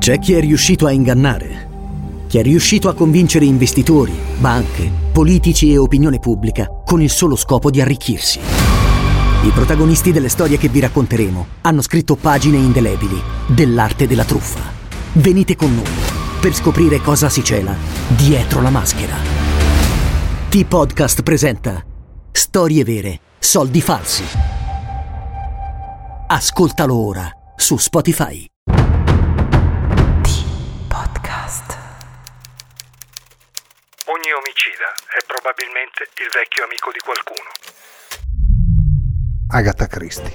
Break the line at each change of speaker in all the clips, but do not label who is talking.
C'è chi è riuscito a ingannare, chi è riuscito a convincere investitori, banche, politici e opinione pubblica con il solo scopo di arricchirsi. I protagonisti delle storie che vi racconteremo hanno scritto pagine indelebili dell'arte della truffa. Venite con noi per scoprire cosa si cela dietro la maschera. T-Podcast presenta Storie vere, soldi falsi. Ascoltalo ora su Spotify.
Ogni omicida è probabilmente il vecchio amico di qualcuno.
Agatha Christie.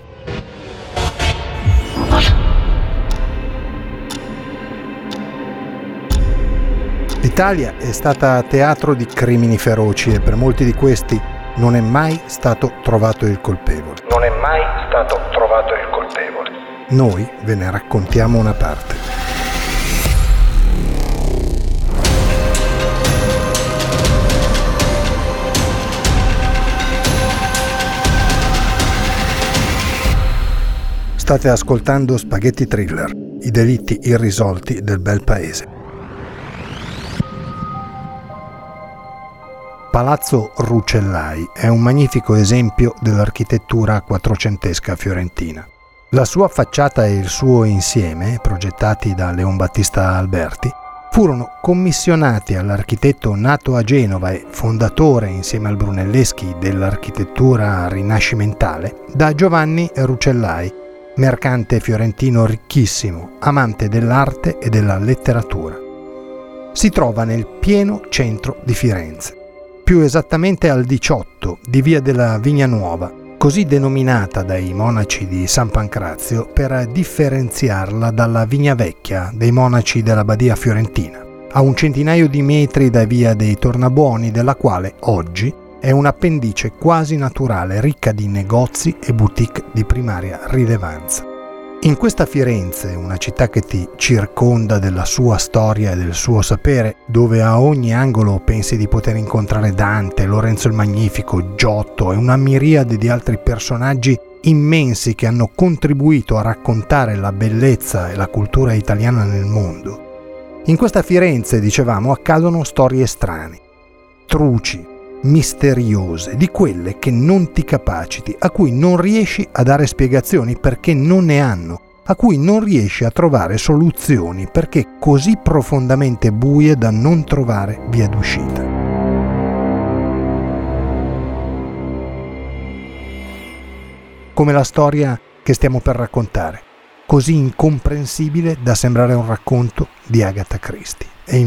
L'Italia è stata teatro di crimini feroci e per molti di questi non è mai stato trovato il colpevole. Noi ve ne raccontiamo una parte. State ascoltando Spaghetti Thriller, i delitti irrisolti del bel paese. Palazzo Rucellai è un magnifico esempio dell'architettura quattrocentesca fiorentina. La sua facciata e il suo insieme, progettati da Leon Battista Alberti, furono commissionati all'architetto nato a Genova e fondatore insieme al Brunelleschi dell'architettura rinascimentale da Giovanni Rucellai, mercante fiorentino ricchissimo, amante dell'arte e della letteratura. Si trova nel pieno centro di Firenze, più esattamente al 18 di Via della Vigna Nuova, così denominata dai monaci di San Pancrazio per differenziarla dalla Vigna Vecchia dei monaci della Badia fiorentina, a un centinaio di metri da Via dei Tornabuoni, della quale oggi è un'appendice quasi naturale, ricca di negozi e boutique di primaria rilevanza. In questa Firenze, una città che ti circonda della sua storia e del suo sapere, dove a ogni angolo pensi di poter incontrare Dante, Lorenzo il Magnifico, Giotto e una miriade di altri personaggi immensi che hanno contribuito a raccontare la bellezza e la cultura italiana nel mondo. In questa Firenze, dicevamo, accadono storie strane, truci, misteriose, di quelle che non ti capaciti, a cui non riesci a dare spiegazioni perché non ne hanno, a cui non riesci a trovare soluzioni perché così profondamente buie da non trovare via d'uscita. Come la storia che stiamo per raccontare, così incomprensibile da sembrare un racconto di Agatha Christie. E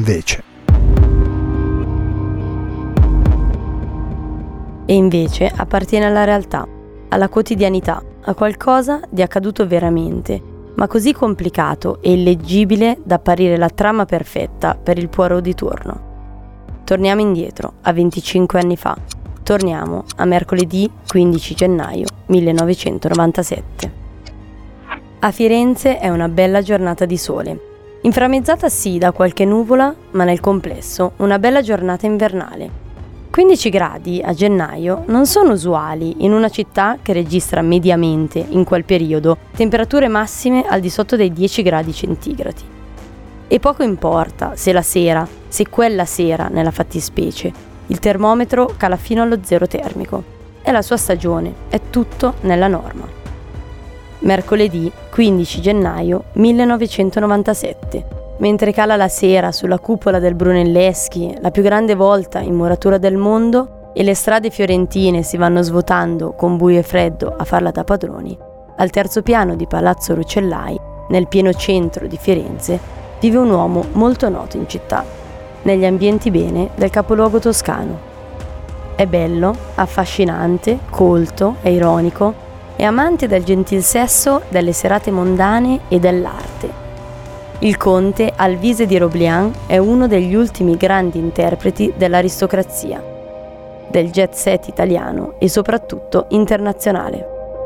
invece
appartiene alla realtà, alla quotidianità, a qualcosa di accaduto veramente, ma così complicato e illeggibile da apparire la trama perfetta per il Poirot di turno. Torniamo indietro, a 25 anni fa. Torniamo a mercoledì 15 gennaio 1997. A Firenze è una bella giornata di sole. Inframmezzata sì da qualche nuvola, ma nel complesso una bella giornata invernale. 15 gradi a gennaio non sono usuali in una città che registra mediamente, in quel periodo, temperature massime al di sotto dei 10 gradi centigradi. E poco importa se quella sera, nella fattispecie, il termometro cala fino allo zero termico. È la sua stagione, è tutto nella norma. Mercoledì 15 gennaio 1997. Mentre cala la sera sulla cupola del Brunelleschi, la più grande volta in muratura del mondo, e le strade fiorentine si vanno svuotando con buio e freddo a farla da padroni, al terzo piano di Palazzo Rucellai, nel pieno centro di Firenze, vive un uomo molto noto in città, negli ambienti bene del capoluogo toscano. È bello, affascinante, colto e ironico, e amante del gentil sesso, delle serate mondane e dell'arte. Il conte Alvise di Roblian è uno degli ultimi grandi interpreti dell'aristocrazia, del jet set italiano e soprattutto internazionale.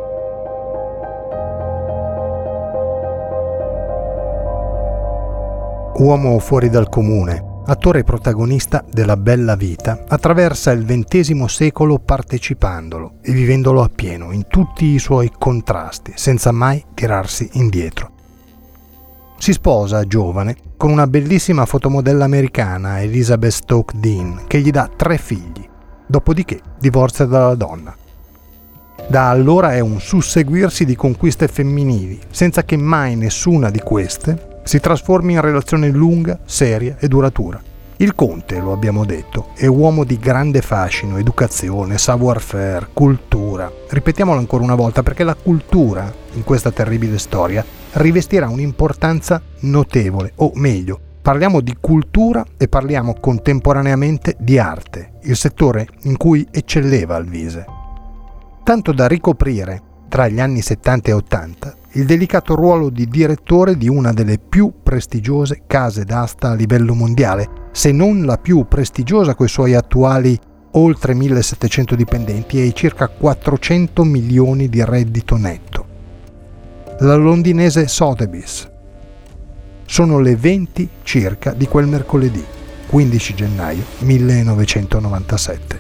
Uomo fuori dal comune, attore protagonista della bella vita, attraversa il XX secolo partecipandolo e vivendolo appieno in tutti i suoi contrasti, senza mai tirarsi indietro. Si sposa giovane con una bellissima fotomodella americana, Elizabeth Stoke Dean, che gli dà 3 figli. Dopodiché divorzia dalla donna. Da allora è un susseguirsi di conquiste femminili, senza che mai nessuna di queste si trasformi in relazione lunga, seria e duratura. Il conte, lo abbiamo detto, è uomo di grande fascino, educazione, savoir-faire, cultura. Ripetiamolo ancora una volta, perché la cultura, in questa terribile storia, rivestirà un'importanza notevole, o meglio, parliamo di cultura e parliamo contemporaneamente di arte, il settore in cui eccelleva Alvise. Tanto da ricoprire, tra gli anni 70 e 80, il delicato ruolo di direttore di una delle più prestigiose case d'asta a livello mondiale, se non la più prestigiosa coi suoi attuali oltre 1700 dipendenti e i circa 400 milioni di reddito netto. La londinese Sotheby's. Sono le 20 circa di quel mercoledì, 15 gennaio 1997.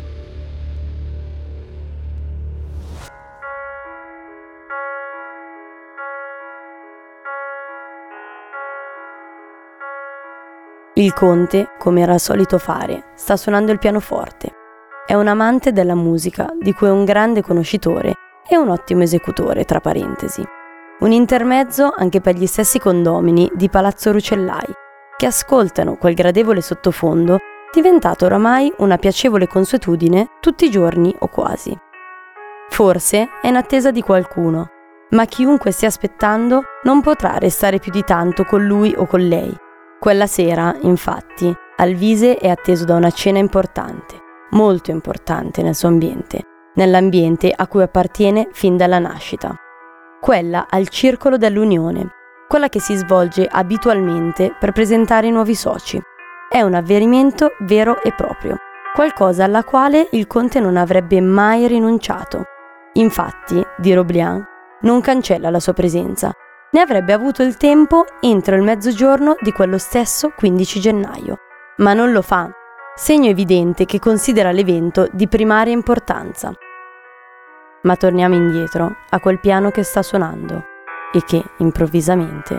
Il conte, come era solito fare, sta suonando il pianoforte. È un amante della musica, di cui è un grande conoscitore e un ottimo esecutore, tra parentesi. Un intermezzo anche per gli stessi condomini di Palazzo Rucellai, che ascoltano quel gradevole sottofondo diventato oramai una piacevole consuetudine tutti i giorni o quasi. Forse è in attesa di qualcuno, ma chiunque stia aspettando non potrà restare più di tanto con lui o con lei. Quella sera, infatti, Alvise è atteso da una cena importante, molto importante nel suo ambiente, nell'ambiente a cui appartiene fin dalla nascita. Quella al Circolo dell'Unione, quella che si svolge abitualmente per presentare i nuovi soci. È un avvenimento vero e proprio, qualcosa alla quale il conte non avrebbe mai rinunciato. Infatti, di Roblian non cancella la sua presenza. Ne avrebbe avuto il tempo entro il mezzogiorno di quello stesso 15 gennaio, ma non lo fa, segno evidente che considera l'evento di primaria importanza. Ma torniamo indietro a quel piano che sta suonando e che, improvvisamente,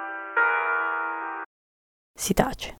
si tace.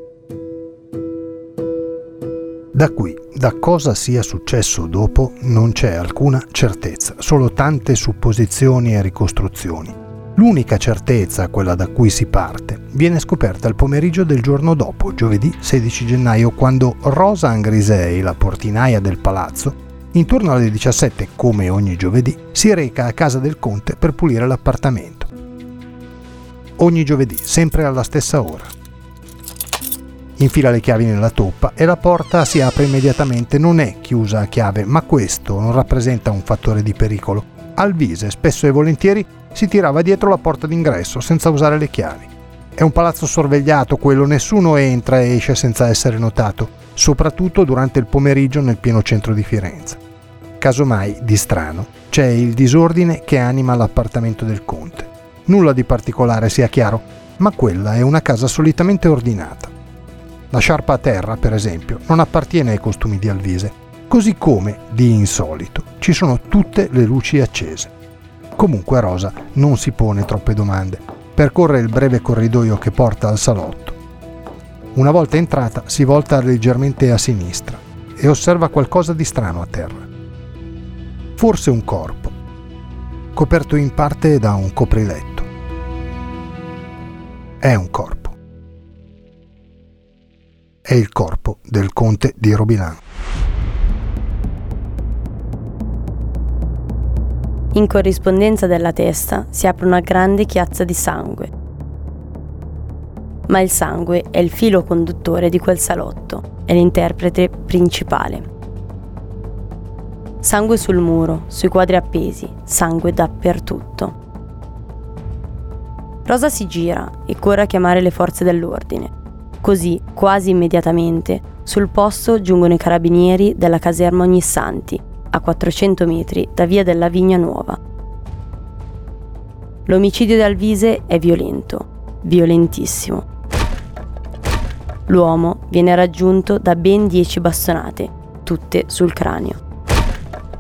Da qui, da cosa sia successo dopo, non c'è alcuna certezza, solo tante supposizioni e ricostruzioni. L'unica certezza, quella da cui si parte, viene scoperta il pomeriggio del giorno dopo, giovedì 16 gennaio, quando Rosa Angrisei, la portinaia del palazzo, intorno alle 17, come ogni giovedì, si reca a casa del conte per pulire l'appartamento. Ogni giovedì, sempre alla stessa ora. Infila le chiavi nella toppa e la porta si apre immediatamente. Non è chiusa a chiave, ma questo non rappresenta un fattore di pericolo. Alvise, spesso e volentieri, si tirava dietro la porta d'ingresso senza usare le chiavi. È un palazzo sorvegliato quello, nessuno entra e esce senza essere notato, soprattutto durante il pomeriggio nel pieno centro di Firenze. Casomai, di strano, c'è il disordine che anima l'appartamento del conte. Nulla di particolare, sia chiaro, ma quella è una casa solitamente ordinata. La sciarpa a terra, per esempio, non appartiene ai costumi di Alvise, così come, di insolito, ci sono tutte le luci accese. Comunque Rosa non si pone troppe domande, percorre il breve corridoio che porta al salotto. Una volta entrata si volta leggermente a sinistra e osserva qualcosa di strano a terra. Forse un corpo, coperto in parte da un copriletto. È un corpo. È il corpo del conte di Robilan.
In corrispondenza della testa si apre una grande chiazza di sangue. Ma il sangue è il filo conduttore di quel salotto, è l'interprete principale. Sangue sul muro, sui quadri appesi, sangue dappertutto. Rosa si gira e corre a chiamare le forze dell'ordine. Così, quasi immediatamente, sul posto giungono i carabinieri della caserma Ognissanti, a 400 metri da via della Vigna Nuova. L'omicidio di Alvise è violento, violentissimo. L'uomo viene raggiunto da ben 10 bastonate, tutte sul cranio.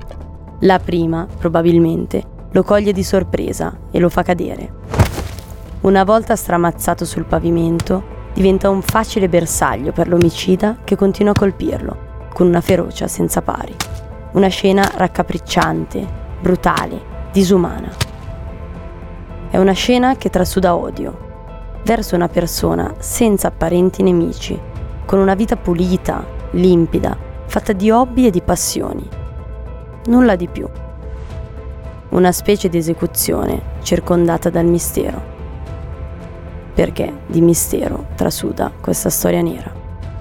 La prima, probabilmente, lo coglie di sorpresa e lo fa cadere. una volta stramazzato sul pavimento, diventa un facile bersaglio per l'omicida che continua a colpirlo, con una ferocia senza pari. Una scena raccapricciante, brutale, disumana. È una scena che trasuda odio verso una persona senza apparenti nemici, con una vita pulita, limpida, fatta di hobby e di passioni. Nulla di più. Una specie di esecuzione circondata dal mistero. Perché di mistero trasuda questa storia nera.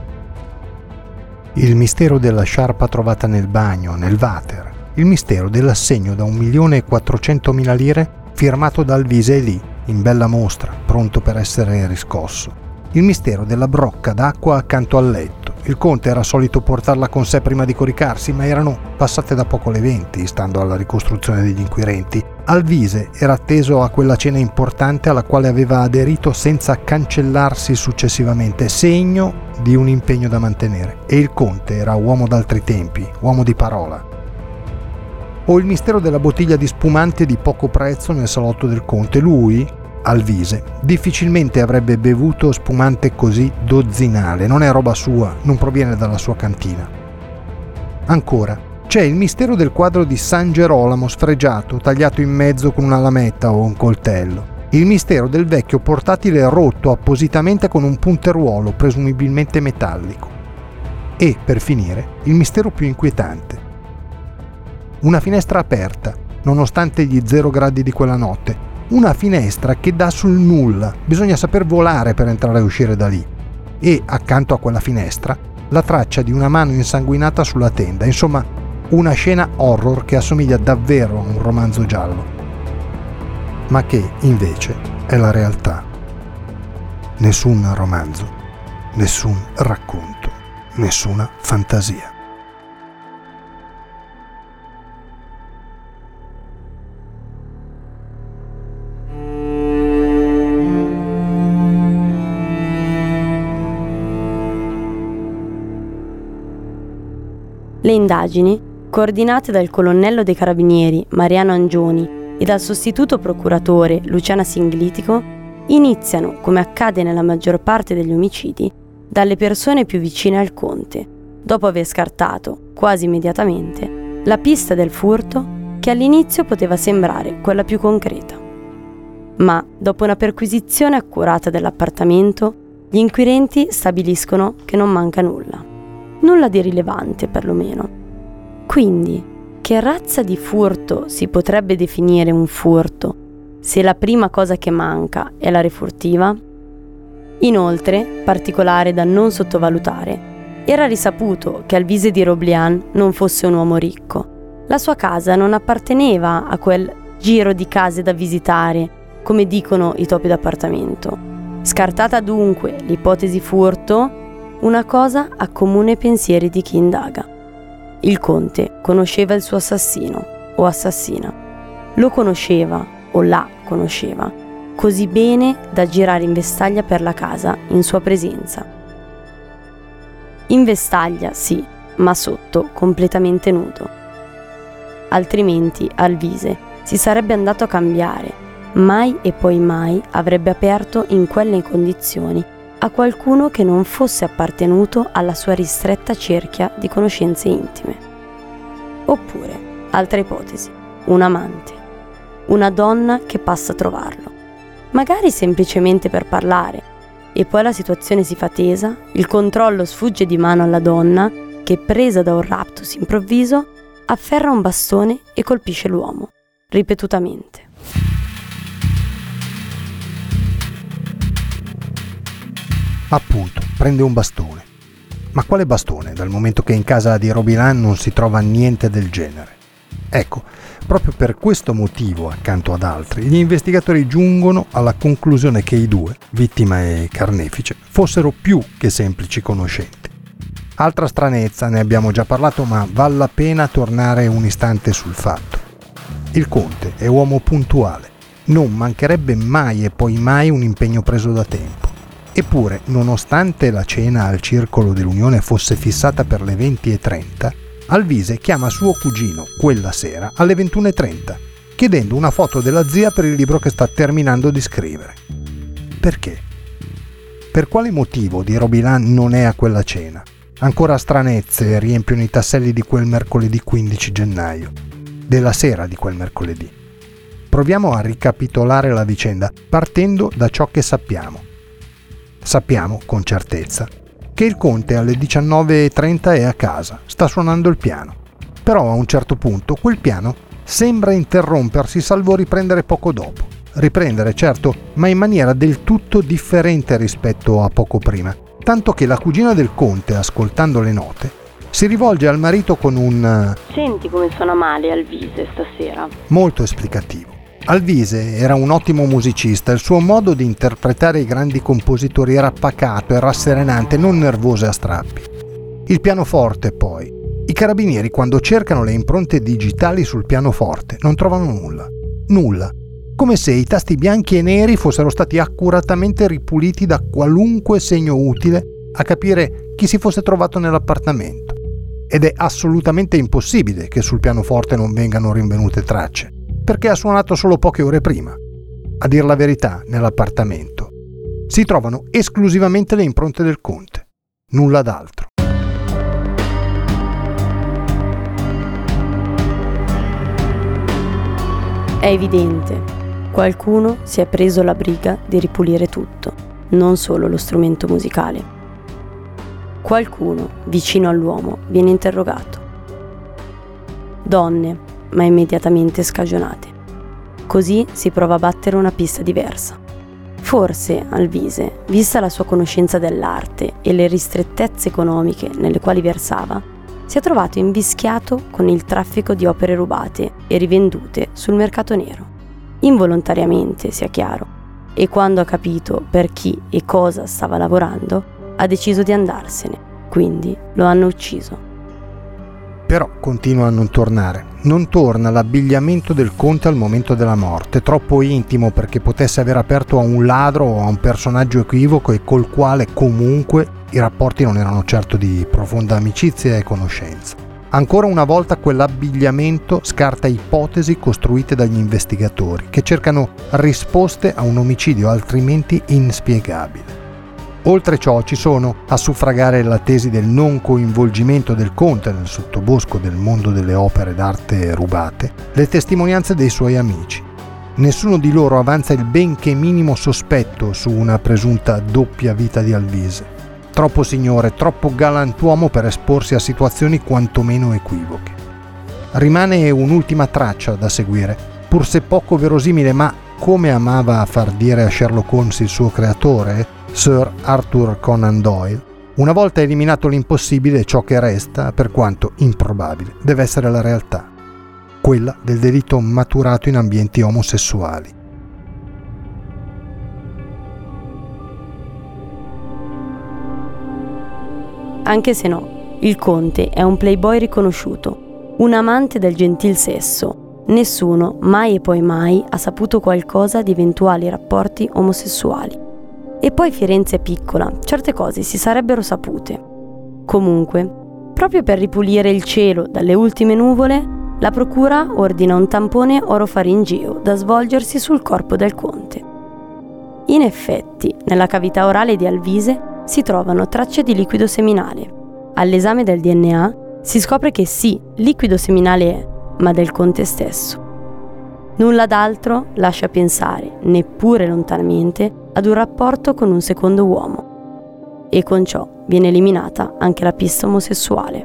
Il mistero della sciarpa trovata nel bagno, nel water. Il mistero dell'assegno da 1.400.000 lire firmato da Alvise lì, in bella mostra, pronto per essere riscosso. Il mistero della brocca d'acqua accanto al letto. Il conte era solito portarla con sé prima di coricarsi, ma erano passate da poco le 20, stando alla ricostruzione degli inquirenti. Alvise era atteso a quella cena importante alla quale aveva aderito senza cancellarsi successivamente, segno di un impegno da mantenere. E il conte era uomo d'altri tempi, uomo di parola. O il mistero della bottiglia di spumante di poco prezzo nel salotto del conte. Lui, Alvise, difficilmente avrebbe bevuto spumante così dozzinale, non è roba sua, non proviene dalla sua cantina. Ancora, c'è il mistero del quadro di San Gerolamo sfregiato, tagliato in mezzo con una lametta o un coltello. Il mistero del vecchio portatile rotto appositamente con un punteruolo, presumibilmente metallico. E, per finire, il mistero più inquietante. Una finestra aperta, nonostante gli 0 gradi di quella notte. Una finestra che dà sul nulla, bisogna saper volare per entrare e uscire da lì. E, accanto a quella finestra, la traccia di una mano insanguinata sulla tenda. Insomma, una scena horror che assomiglia davvero a un romanzo giallo. Ma che, invece, è la realtà. Nessun romanzo, nessun racconto, nessuna fantasia.
Le indagini, coordinate dal colonnello dei carabinieri Mariano Angioni e dal sostituto procuratore Luciana Singlitico, iniziano, come accade nella maggior parte degli omicidi, dalle persone più vicine al conte, dopo aver scartato, quasi immediatamente, la pista del furto che all'inizio poteva sembrare quella più concreta. Ma, dopo una perquisizione accurata dell'appartamento, gli inquirenti stabiliscono che non manca nulla. Nulla di rilevante, perlomeno. Quindi, che razza di furto si potrebbe definire un furto se la prima cosa che manca è la refurtiva? Inoltre, particolare da non sottovalutare, era risaputo che Alvise di Roblian non fosse un uomo ricco. La sua casa non apparteneva a quel giro di case da visitare, come dicono i topi d'appartamento. Scartata dunque l'ipotesi furto, una cosa accomuna ai pensieri di chi indaga. Il conte conosceva il suo assassino o assassina. Lo conosceva o la conosceva così bene da girare in vestaglia per la casa in sua presenza. In vestaglia, sì, ma sotto completamente nudo. Altrimenti Alvise si sarebbe andato a cambiare. Mai e poi mai avrebbe aperto in quelle condizioni a qualcuno che non fosse appartenuto alla sua ristretta cerchia di conoscenze intime. Oppure, altra ipotesi, un amante, una donna che passa a trovarlo, magari semplicemente per parlare, e poi la situazione si fa tesa, il controllo sfugge di mano alla donna che, presa da un raptus improvviso, afferra un bastone e colpisce l'uomo, ripetutamente.
Appunto, prende un bastone. Ma quale bastone, dal momento che in casa di Robilan non si trova niente del genere? Ecco, proprio per questo motivo, accanto ad altri, gli investigatori giungono alla conclusione che i due, vittima e carnefice, fossero più che semplici conoscenti. Altra stranezza, ne abbiamo già parlato, ma vale la pena tornare un istante sul fatto. Il conte è uomo puntuale, non mancherebbe mai e poi mai un impegno preso da tempo. Eppure, nonostante la cena al Circolo dell'Unione fosse fissata per le 20:30, Alvise chiama suo cugino quella sera alle 21:30, chiedendo una foto della zia per il libro che sta terminando di scrivere. Perché? Per quale motivo di Robilan non è a quella cena? Ancora stranezze riempiono i tasselli di quel mercoledì 15 gennaio, della sera di quel mercoledì. Proviamo a ricapitolare la vicenda partendo da ciò che sappiamo. Sappiamo con certezza che il conte alle 19:30 è a casa, sta suonando il piano. Però a un certo punto quel piano sembra interrompersi salvo riprendere poco dopo. Riprendere, certo, ma in maniera del tutto differente rispetto a poco prima, tanto che la cugina del conte, ascoltando le note, si rivolge al marito con un
«Senti come suona male Alvise stasera?» molto
esplicativo. Alvise era un ottimo musicista, il suo modo di interpretare i grandi compositori era pacato e rasserenante, non nervoso e a strappi. Il pianoforte, poi. I carabinieri, quando cercano le impronte digitali sul pianoforte, non trovano nulla. Nulla. Come se i tasti bianchi e neri fossero stati accuratamente ripuliti da qualunque segno utile a capire chi si fosse trovato nell'appartamento. Ed è assolutamente impossibile che sul pianoforte non vengano rinvenute tracce, perché ha suonato solo poche ore prima. A dir la verità, nell'appartamento si trovano esclusivamente le impronte del conte, nulla d'altro.
È evidente, qualcuno si è preso la briga di ripulire tutto, non solo lo strumento musicale. Qualcuno, vicino all'uomo, viene interrogato. Donne, ma immediatamente scagionate. Così si prova a battere una pista diversa. Forse Alvise, vista la sua conoscenza dell'arte e le ristrettezze economiche nelle quali versava, si è trovato invischiato con il traffico di opere rubate e rivendute sul mercato nero. Involontariamente, sia chiaro, e quando ha capito per chi e cosa stava lavorando, ha deciso di andarsene, quindi lo hanno ucciso.
Però continua a non tornare. Non torna l'abbigliamento del conte al momento della morte, troppo intimo perché potesse aver aperto a un ladro o a un personaggio equivoco e col quale comunque i rapporti non erano certo di profonda amicizia e conoscenza. Ancora una volta quell'abbigliamento scarta ipotesi costruite dagli investigatori che cercano risposte a un omicidio altrimenti inspiegabile. Oltre ciò ci sono, a suffragare la tesi del non coinvolgimento del conte nel sottobosco del mondo delle opere d'arte rubate, le testimonianze dei suoi amici. Nessuno di loro avanza il benché minimo sospetto su una presunta doppia vita di Alvise. Troppo signore, troppo galantuomo per esporsi a situazioni quantomeno equivoche. Rimane un'ultima traccia da seguire, pur se poco verosimile, ma come amava far dire a Sherlock Holmes il suo creatore, Sir Arthur Conan Doyle, una volta eliminato l'impossibile, ciò che resta, per quanto improbabile, deve essere la realtà, quella del delitto maturato in ambienti omosessuali.
Anche se no, il conte è un playboy riconosciuto, un amante del gentil sesso. Nessuno, mai e poi mai, ha saputo qualcosa di eventuali rapporti omosessuali. E poi Firenze è piccola, certe cose si sarebbero sapute. Comunque, proprio per ripulire il cielo dalle ultime nuvole, la procura ordina un tampone orofaringeo da svolgersi sul corpo del conte. In effetti, nella cavità orale di Alvise si trovano tracce di liquido seminale. All'esame del DNA si scopre che sì, liquido seminale è, ma del conte stesso. Nulla d'altro lascia pensare, neppure lontanamente, ad un rapporto con un secondo uomo. E con ciò viene eliminata anche la pista omosessuale.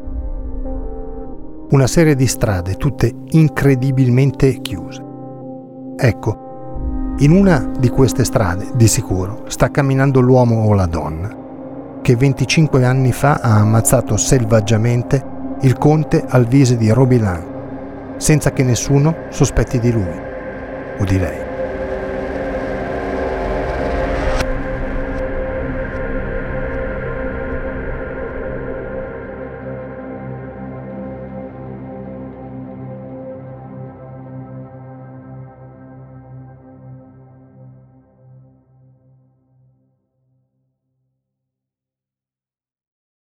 Una serie di strade, tutte incredibilmente chiuse. Ecco, in una di queste strade, di sicuro, sta camminando l'uomo o la donna che 25 anni fa ha ammazzato selvaggiamente il conte Alvise di Robilan, senza che nessuno sospetti di lui o di lei.